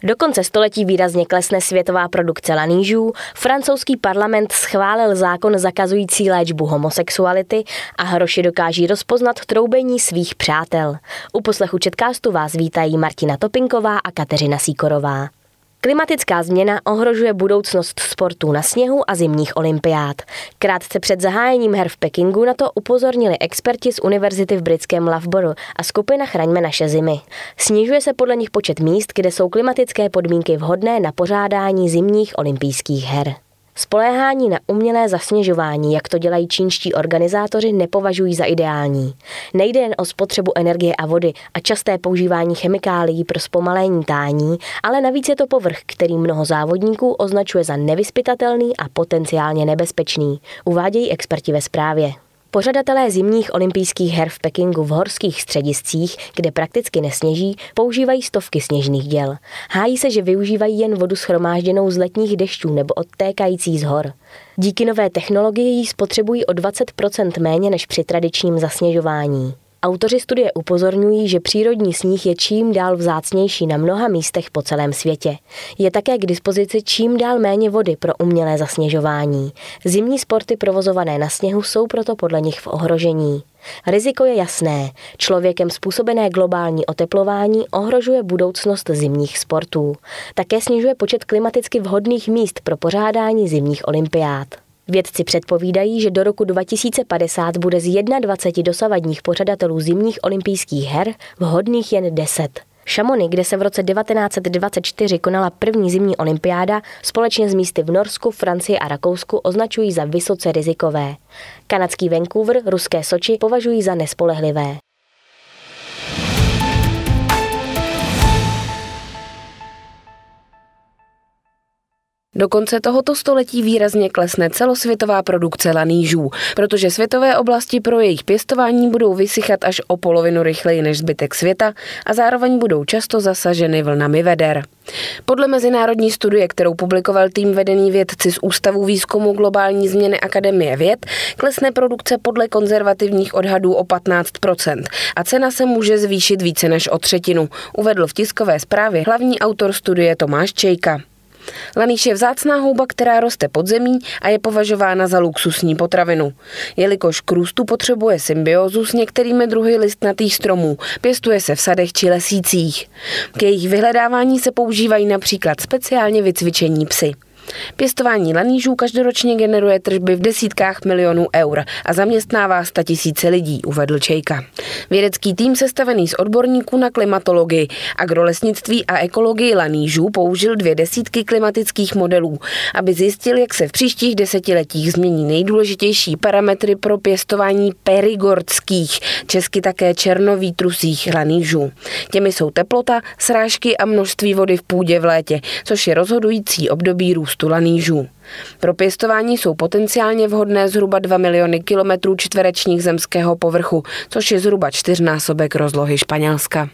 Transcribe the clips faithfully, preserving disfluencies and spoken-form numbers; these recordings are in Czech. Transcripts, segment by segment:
Do konce století výrazně klesne světová produkce lanížů, francouzský parlament schválil zákon zakazující léčbu homosexuality a hroši dokáží rozpoznat troubení svých přátel. U poslechu Četcastu vás vítají Martina Topinková a Kateřina Sýkorová. Klimatická změna ohrožuje budoucnost sportů na sněhu a zimních olympiád. Krátce před zahájením her v Pekingu na to upozornili experti z univerzity v britském Loughborough a skupina Chraňme naše zimy. Snižuje se podle nich počet míst, kde jsou klimatické podmínky vhodné na pořádání zimních olympijských her. Spoléhání na umělé zasněžování, jak to dělají čínští organizátoři, nepovažují za ideální. Nejde jen o spotřebu energie a vody a časté používání chemikálií pro zpomalení tání, ale navíc je to povrch, který mnoho závodníků označuje za nevyzpytatelný a potenciálně nebezpečný, uvádějí experti ve zprávě. Pořadatelé zimních olympijských her v Pekingu v horských střediscích, kde prakticky nesněží, používají stovky sněžných děl. Hájí se, že využívají jen vodu shromážděnou z letních dešťů nebo odtékající z hor. Díky nové technologii ji spotřebují o dvacet procent méně než při tradičním zasněžování. Autoři studie upozorňují, že přírodní sníh je čím dál vzácnější na mnoha místech po celém světě. Je také k dispozici čím dál méně vody pro umělé zasněžování. Zimní sporty provozované na sněhu jsou proto podle nich v ohrožení. Riziko je jasné. Člověkem způsobené globální oteplování ohrožuje budoucnost zimních sportů. Také snižuje počet klimaticky vhodných míst pro pořádání zimních olympiád. Vědci předpovídají, že do roku dva tisíce padesát bude z dvaceti jedna dosavadních pořadatelů zimních olympijských her vhodných jen deset. Chamonix, kde se v roce devatenáct set dvacet čtyři konala první zimní olympiáda, společně s místy v Norsku, Francii a Rakousku označují za vysoce rizikové. Kanadský Vancouver, ruské Soči považují za nespolehlivé. Do konce tohoto století výrazně klesne celosvětová produkce lanížů, protože světové oblasti pro jejich pěstování budou vysychat až o polovinu rychleji než zbytek světa a zároveň budou často zasaženy vlnami veder. Podle mezinárodní studie, kterou publikoval tým vedený vědci z Ústavu výzkumu globální změny Akademie věd, klesne produkce podle konzervativních odhadů o patnáct procent a cena se může zvýšit více než o třetinu, uvedl v tiskové zprávě hlavní autor studie Tomáš Čejka. Laníž je vzácná houba, která roste pod zemí a je považována za luxusní potravinu. Jelikož k růstu potřebuje symbiózu s některými druhy listnatých stromů, pěstuje se v sadech či lesících. K jejich vyhledávání se používají například speciálně vycvičení psy. Pěstování lanížů každoročně generuje tržby v desítkách milionů eur a zaměstnává statisíce lidí, uvedl Čejka. Vědecký tým sestavený z odborníků na klimatologii, agrolesnictví a ekologii lanížů použil dvě desítky klimatických modelů, aby zjistil, jak se v příštích desetiletích změní nejdůležitější parametry pro pěstování perigordských, česky také černovítrusích lanížů. Těmi jsou teplota, srážky a množství vody v půdě v létě, což je rozhodující období růstu lanížů. Pro pěstování jsou potenciálně vhodné zhruba dva miliony kilometrů čtverečních zemského povrchu, což je zhruba čtyřnásobek rozlohy Španělska.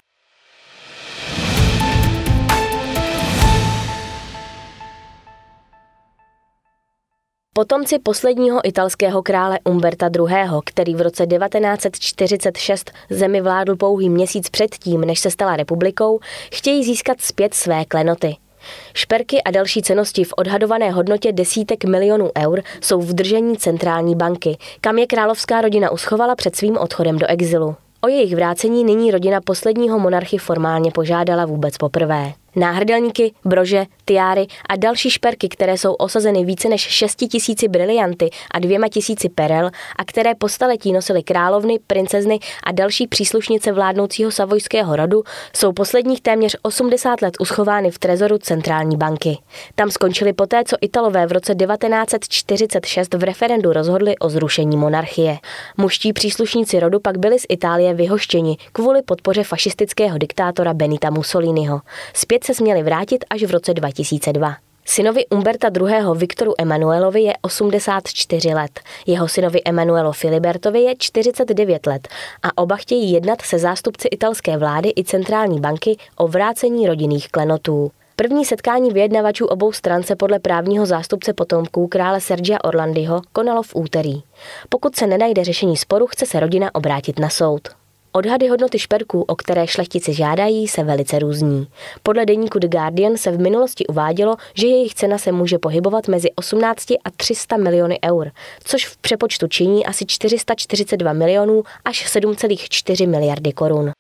Potomci posledního italského krále Umberta druhého., který v roce devatenáct set čtyřicet šest zemi vládl pouhý měsíc předtím, než se stala republikou, chtějí získat zpět své klenoty. Šperky a další cennosti v odhadované hodnotě desítek milionů eur jsou v držení centrální banky, kam je královská rodina uschovala před svým odchodem do exilu. O jejich vrácení nyní rodina posledního monarchy formálně požádala vůbec poprvé. Náhrdelníky, brože, tiáry a další šperky, které jsou osazeny více než šesti tisíci brilianty a dvěma tisíci perel a které po staletí nosily královny, princezny a další příslušnice vládnoucího savojského rodu, jsou posledních téměř osmdesát let uschovány v trezoru centrální banky. Tam skončily poté, co Italové v roce devatenáct set čtyřicet šest v referendu rozhodli o zrušení monarchie. Mužští příslušníci rodu pak byli z Itálie vyhoštěni kvůli podpoře fašistického diktátora Benita Mussoliniho. Zpět se směli vrátit až v roce dva tisíce dva. Synovi Umberta druhého. Viktoru Emanuelovi je osmdesát čtyři let, jeho synovi Emanuelo Filibertovi je čtyřicet devět let a oba chtějí jednat se zástupci italské vlády i centrální banky o vrácení rodinných klenotů. První setkání vyjednavačů obou stran se podle právního zástupce potomků krále Sergia Orlandiho konalo v úterý. Pokud se nenajde řešení sporu, chce se rodina obrátit na soud. Odhady hodnoty šperků, o které šlechtici žádají, se velice různí. Podle deníku The Guardian se v minulosti uvádělo, že jejich cena se může pohybovat mezi osmnáct a tři sta miliony eur, což v přepočtu činí asi čtyři sta čtyřicet dva milionů až sedm celá čtyři miliardy korun.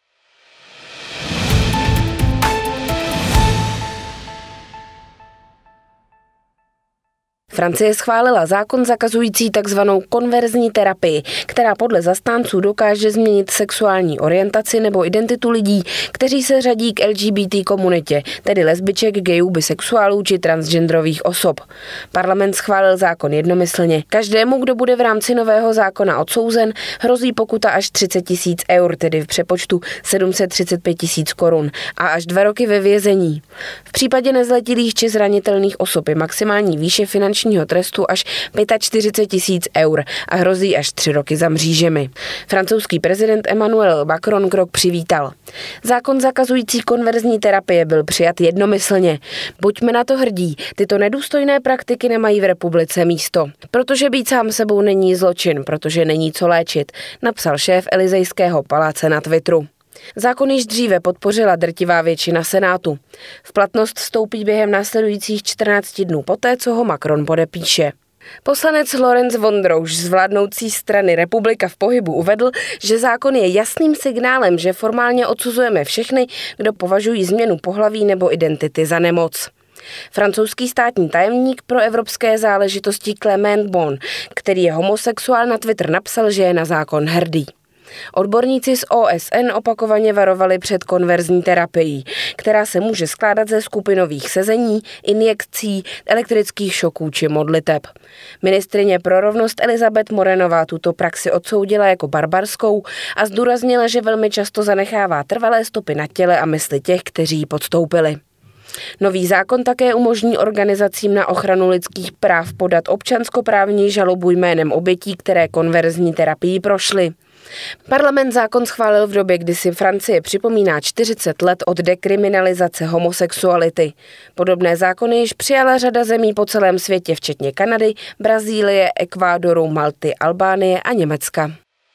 Francie schválila zákon zakazující takzvanou konverzní terapii, která podle zastánců dokáže změnit sexuální orientaci nebo identitu lidí, kteří se řadí k L G B T komunitě, tedy lesbiček, gayů, bisexuálů či transgenderových osob. Parlament schválil zákon jednomyslně. Každému, kdo bude v rámci nového zákona odsouzen, hrozí pokuta až třicet tisíc eur, tedy v přepočtu sedm set třicet pět tisíc korun, a až dva roky ve vězení. V případě nezletilých či zranitelných osob je maximální výše finanční trestu až čtyřicet pět tisíc eur a hrozí až tři roky za mřížemi. Francouzský prezident Emmanuel Macron krok přivítal. Zákon zakazující konverzní terapie byl přijat jednomyslně. Buďme na to hrdí, tyto nedůstojné praktiky nemají v republice místo. Protože být sám sebou není zločin, protože není co léčit, napsal šéf Elysejského paláce na Twitteru. Zákon již dříve podpořila drtivá většina Senátu. V platnost vstoupí během následujících čtrnácti dnů poté, co ho Macron podepíše. Poslanec Lorenz Vondrouš z vládnoucí strany Republika v pohybu uvedl, že zákon je jasným signálem, že formálně odsuzujeme všechny, kdo považují změnu pohlaví nebo identity za nemoc. Francouzský státní tajemník pro evropské záležitosti Clément Bon, který je homosexuál, na Twitter napsal, že je na zákon hrdý. Odborníci z O S N opakovaně varovali před konverzní terapií, která se může skládat ze skupinových sezení, injekcí, elektrických šoků či modliteb. Ministryně pro rovnost Elizabeth Morenová tuto praxi odsoudila jako barbarskou a zdůraznila, že velmi často zanechává trvalé stopy na těle a mysli těch, kteří ji podstoupili. Nový zákon také umožní organizacím na ochranu lidských práv podat občanskoprávní žalobu jménem obětí, které konverzní terapii prošly. Parlament zákon schválil v době, kdy si Francie připomíná čtyřicet let od dekriminalizace homosexuality. Podobné zákony již přijala řada zemí po celém světě, včetně Kanady, Brazílie, Ekvádoru, Malty, Albánie a Německa.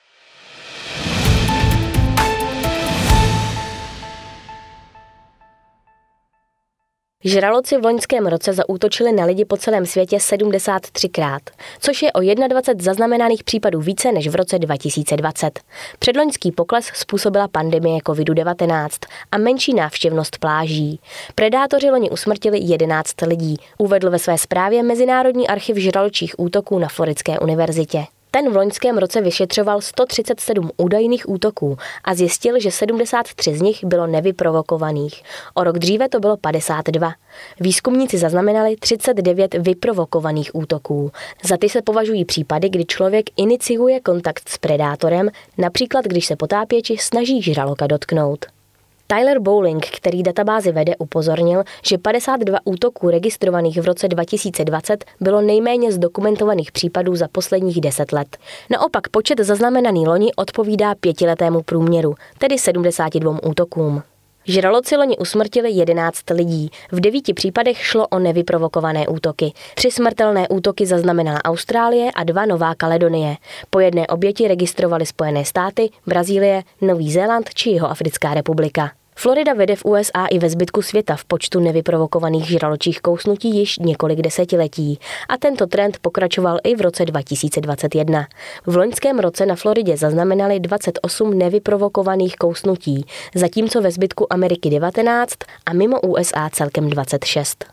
Žraloci v loňském roce zaútočili na lidi po celém světě sedmdesát tři krát, což je o dvacet jedna zaznamenaných případů více než v roce dva tisíce dvacet. Předloňský pokles způsobila pandemie kovid devatenáct a menší návštěvnost pláží. Predátoři loni usmrtili jedenáct lidí, uvedl ve své zprávě Mezinárodní archiv žraločích útoků na Floridské univerzitě. Ten v loňském roce vyšetřoval sto třicet sedm údajných útoků a zjistil, že sedmdesát tři z nich bylo nevyprovokovaných. O rok dříve to bylo padesát dva. Výzkumníci zaznamenali třicet devět vyprovokovaných útoků. Za ty se považují případy, kdy člověk iniciuje kontakt s predátorem, například když se potápěči snaží žraloka dotknout. Tyler Bowling, který databázi vede, upozornil, že padesát dva útoků registrovaných v roce dva tisíce dvacet bylo nejméně zdokumentovaných případů za posledních deset let. Naopak počet zaznamenaný loni odpovídá pětiletému průměru, tedy sedmdesáti dvěma útokům. Žraloci loni usmrtili jedenáct lidí. V devíti případech šlo o nevyprovokované útoky. Tři smrtelné útoky zaznamenala Austrálie a dva Nová Kaledonie. Po jedné oběti registrovali Spojené státy, Brazílie, Nový Zéland či Jihoafrická republika. Florida vede v U S A i ve zbytku světa v počtu nevyprovokovaných žraločích kousnutí již několik desetiletí a tento trend pokračoval i v roce dva tisíce dvacet jedna. V loňském roce na Floridě zaznamenali dvacet osm nevyprovokovaných kousnutí, zatímco ve zbytku Ameriky devatenáct a mimo U S A celkem dvacet šest.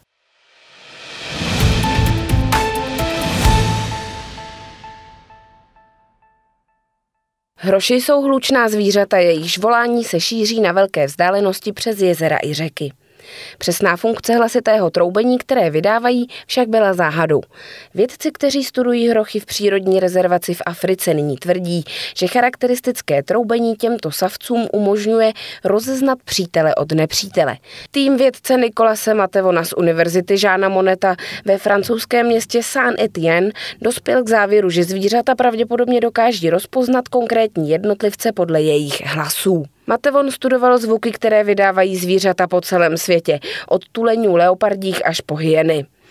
Hroši jsou hlučná zvířata, jejichž volání se šíří na velké vzdálenosti přes jezera i řeky. Přesná funkce hlasitého troubení, které vydávají, však byla záhadou. Vědci, kteří studují hrochy v přírodní rezervaci v Africe, nyní tvrdí, že charakteristické troubení těmto savcům umožňuje rozeznat přítele od nepřítele. Tým vědce Nicolase Matevona z Univerzity Jeana Monneta ve francouzském městě Saint-Étienne dospěl k závěru, že zvířata pravděpodobně dokáží rozpoznat konkrétní jednotlivce podle jejich hlasů. Matevon studoval zvuky, které vydávají zvířata po celém světě, od tuleňů leopardích až po hyeny.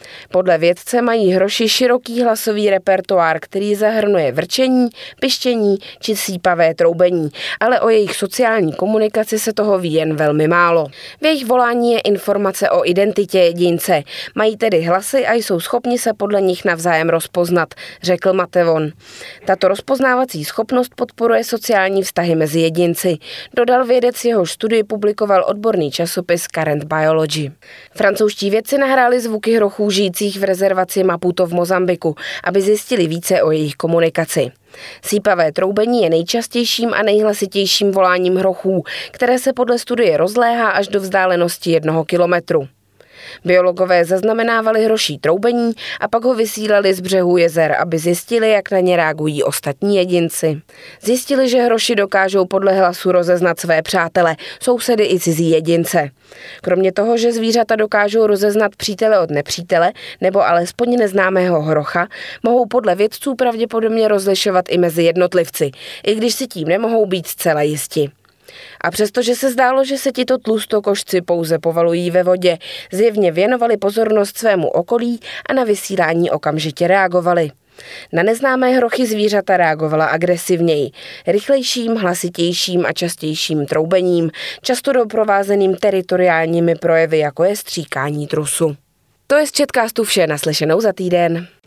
Podle vědce mají hroši široký hlasový repertoár, který zahrnuje vrčení, pištění či sípavé troubení, ale o jejich sociální komunikaci se toho ví jen velmi málo. V jejich volání je informace o identitě jedince. Mají tedy hlasy a jsou schopni se podle nich navzájem rozpoznat, řekl Matevon. Tato rozpoznávací schopnost podporuje sociální vztahy mezi jedinci, dodal vědec, jehož studii publikoval odborný časopis Current Biology. Francouzští vědci nahráli zvuky hrochů žijících v rezervaci Maputo v Mozambiku, aby zjistili více o jejich komunikaci. Sípavé troubení je nejčastějším a nejhlasitějším voláním hrochů, které se podle studie rozléhá až do vzdálenosti jednoho kilometru. Biologové zaznamenávali hroší troubení a pak ho vysílali z břehů jezer, aby zjistili, jak na ně reagují ostatní jedinci. Zjistili, že hroši dokážou podle hlasu rozeznat své přátele, sousedy i cizí jedince. Kromě toho, že zvířata dokážou rozeznat přítele od nepřítele nebo alespoň neznámého hrocha, mohou podle vědců pravděpodobně rozlišovat i mezi jednotlivci, i když si tím nemohou být zcela jisti. A přestože se zdálo, že se tito tlustokošci pouze povalují ve vodě, zjevně věnovali pozornost svému okolí a na vysílání okamžitě reagovali. Na neznámé hrochy zvířata reagovala agresivněji, rychlejším, hlasitějším a častějším troubením, často doprovázeným teritoriálními projevy, jako je stříkání trusu. To je z Četcastu vše, naslyšenou za týden.